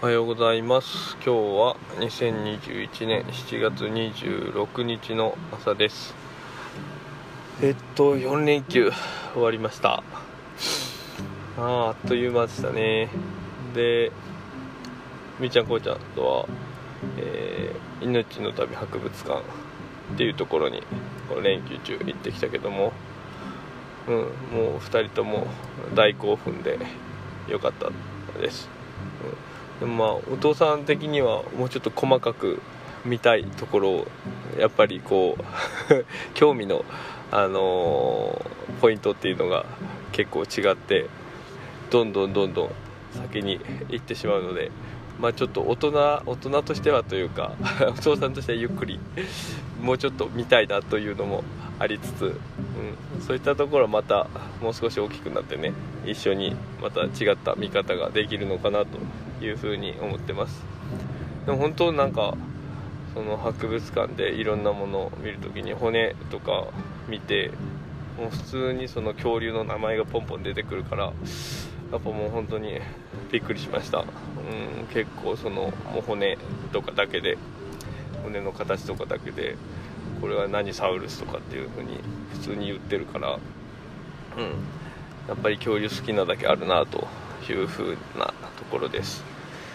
おはようございます。今日は2021年7月26日の朝です。4連休終わりました。あっという間でしたね。で、みーちゃんこうちゃんとは、命の旅博物館っていうところにこの連休中行ってきたけども、もう2人とも大興奮でよかったです。でもお父さん的にはもうちょっと細かく見たいところをやっぱりこう興味の、ポイントっていうのが結構違って、どんどん先に行ってしまうので、ちょっと大人としてはというかお父さんとしてはゆっくりもうちょっと見たいなというのもありつつ、そういったところはまたもう少し大きくなってね、一緒にまた違った見方ができるのかなというふうに思ってます。でも本当その博物館でいろんなものを見るときに骨とか見て、もう普通にその恐竜の名前がポンポン出てくるから、やっぱもう本当にびっくりしました。結構もう骨とかだけで、骨の形とかだけでこれは何サウルスとかっていう風に普通に言ってるから、やっぱり恐竜好きなだけあるなという風なところです。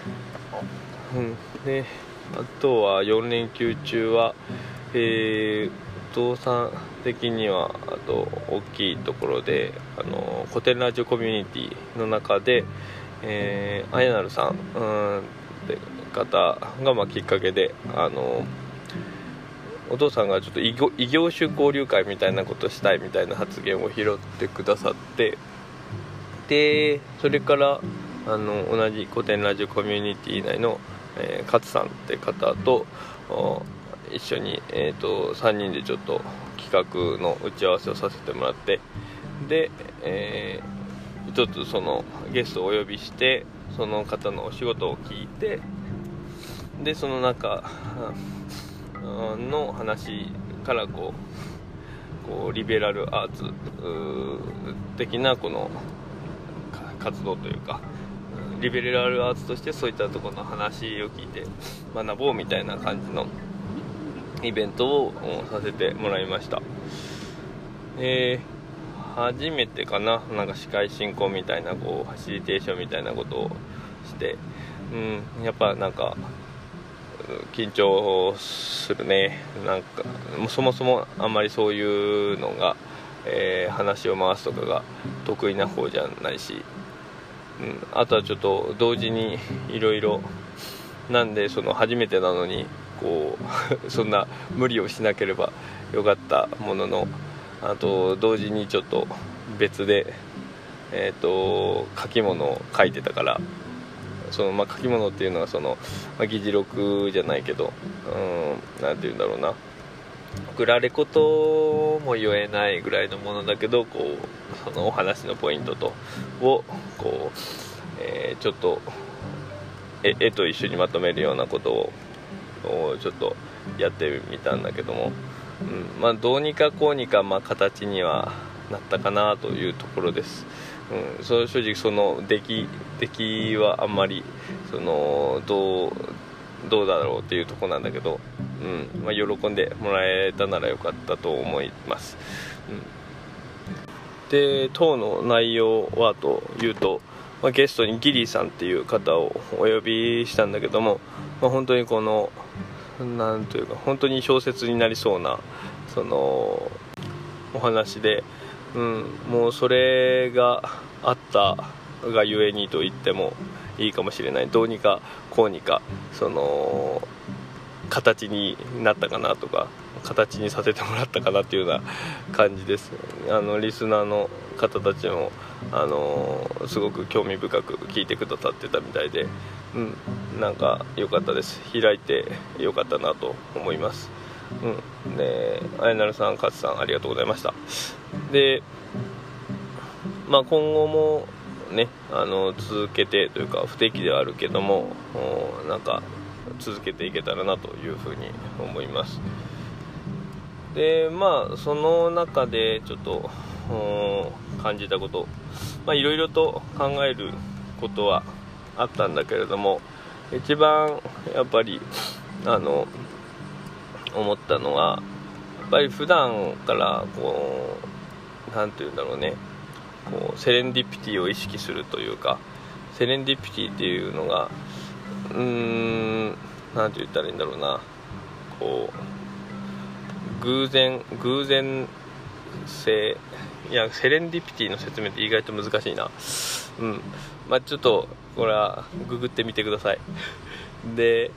で、あとは4連休中は、お父さん的にはあと大きいところで古典ラジオコミュニティの中で、あやなるさんって方がきっかけでお父さんがちょっと異業種交流会みたいなことしたいみたいな発言を拾ってくださって、でそれから同じ古典ラジオコミュニティ内の勝さんって方と一緒に、3人でちょっと企画の打ち合わせをさせてもらって、で、一つそのゲストをお呼びしてその方のお仕事を聞いて、でその中の話からこうリベラルアーツ的なこの活動というか、リベラルアーツとしてそういったところの話を聞いて学ぼうみたいな感じのイベントをさせてもらいました。初めてかな、司会進行みたいなファシリテーションみたいなことをして、やっぱ緊張するね。そもそもあんまりそういうのが、話を回すとかが得意な方じゃないし、あとはちょっと同時にいろいろなんで初めてなのにそんな無理をしなければよかったものの、あと同時にちょっと別で書き物を書いてたから、書き物っていうのは議事録じゃないけど、なんていうんだろうな、送られことも言えないぐらいのものだけど、そのお話のポイントをちょっと絵と一緒にまとめるようなことをちょっとやってみたんだけども、どうにかこうにか形にはなったかなというところです。正直出来はあんまりどうだろうっていうところなんだけど、喜んでもらえたならよかったと思います。で、当の内容はというと、ゲストにギリーさんっていう方をお呼びしたんだけども、本当になんというか本当に小説になりそうなお話で、もうそれがあったがゆえにと言ってもいいかもしれない。どうにかこうにか形になったかなとか、形にさせてもらったかなっていうような感じです。リスナーの方たちもすごく興味深く聞いてくださってたみたいで、良かったです。開いて良かったなと思います。で、あやなるさん、勝さんありがとうございました。で、今後もね続けてというか不定期ではあるけども続けていけたらなというふうに思います。で、その中でちょっと感じたこと、いろいろと考えることはあったんだけれども、 一番やっぱり思ったのは、やっぱり普段からこうなんていうんだろうね、こうセレンディピティを意識するというか、セレンディピティっていうのがなんて言ったらいいんだろうな、こう偶然性、いやセレンディピティの説明って意外と難しいな。ちょっとこれはググってみてください。で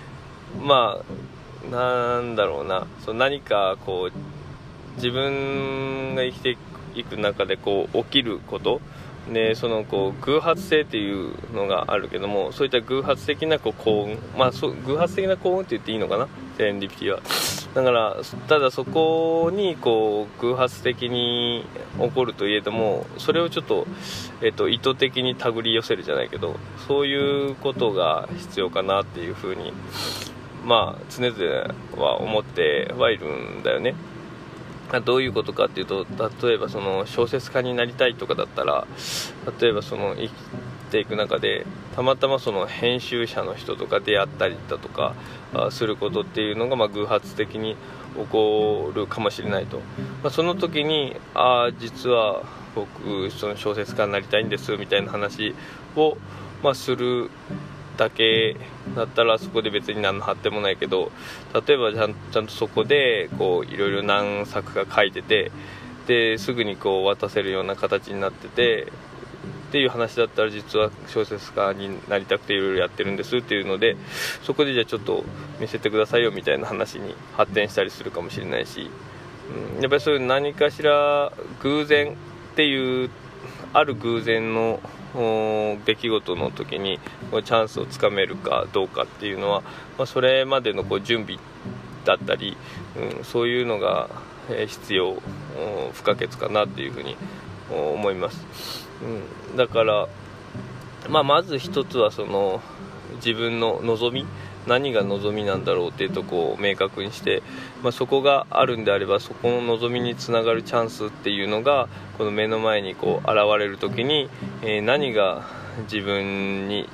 なんだろうな、何かこう自分が生きていく中でこう起きることで、こう偶発性っていうのがあるけども、そういった偶発的な幸運、偶発的な幸運って言っていいのかな、セレンディピティは。だからただそこにこう偶発的に起こるといえども、それをちょっと、意図的に手繰り寄せるじゃないけど、そういうことが必要かなっていうふうに常々は思ってはいるんだよね。どういうことかっていうと、例えば小説家になりたいとかだったら、例えば生きていく中でたまたま編集者の人とか出会ったりだとかすることっていうのが偶発的に起こるかもしれないと、その時に実は僕小説家になりたいんですみたいな話をするだけだったら、そこで別に何の発展もないけど、例えばちゃんとそこでこういろいろ何作か書いてて、ですぐにこう渡せるような形になっててっていう話だったら、実は小説家になりたくていろいろやってるんですっていうので、そこでじゃあちょっと見せてくださいよみたいな話に発展したりするかもしれないし、やっぱりそういう何かしら偶然っていう、ある偶然の出来事の時にチャンスをつかめるかどうかっていうのは、それまでのこう準備だったり、そういうのが必要不可欠かなっていうふうに思います。だからまず一つは自分の望み、何が望みなんだろうっていうとこを明確にして、そこがあるんであれば、そこの望みにつながるチャンスっていうのがこの目の前にこう現れる時に、何が自分に、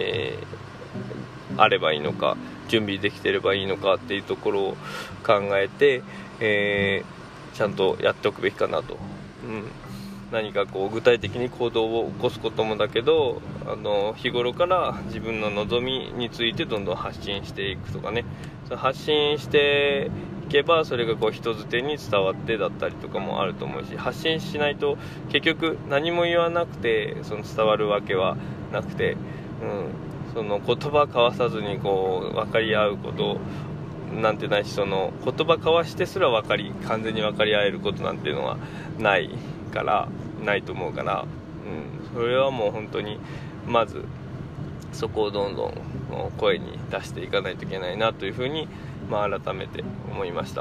あればいいのか、準備できてればいいのかっていうところを考えて、ちゃんとやっておくべきかなと。何かこう具体的に行動を起こすこともだけど、日頃から自分の望みについてどんどん発信していくとかね、発信していけばそれがこう人づてに伝わってだったりとかもあると思うし、発信しないと結局何も言わなくて伝わるわけはなくて、言葉交わさずにこう分かり合うことなんてないし、言葉交わしてすら完全に分かり合えることなんていうのはないと思うから、それはもう本当にまずそこをどんどん声に出していかないといけないなというふうに、改めて思いました。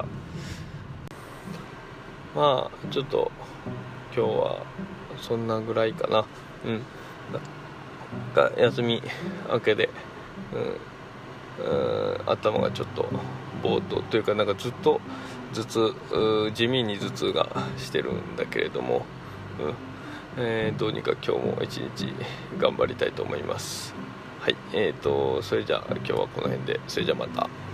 ちょっと今日はそんなぐらいかな。休み明けで、頭がちょっとぼーっというか、ずっと地味に頭痛がしてるんだけれども、どうにか今日も一日頑張りたいと思います。はい、それじゃあ今日はこの辺で、それじゃあまた。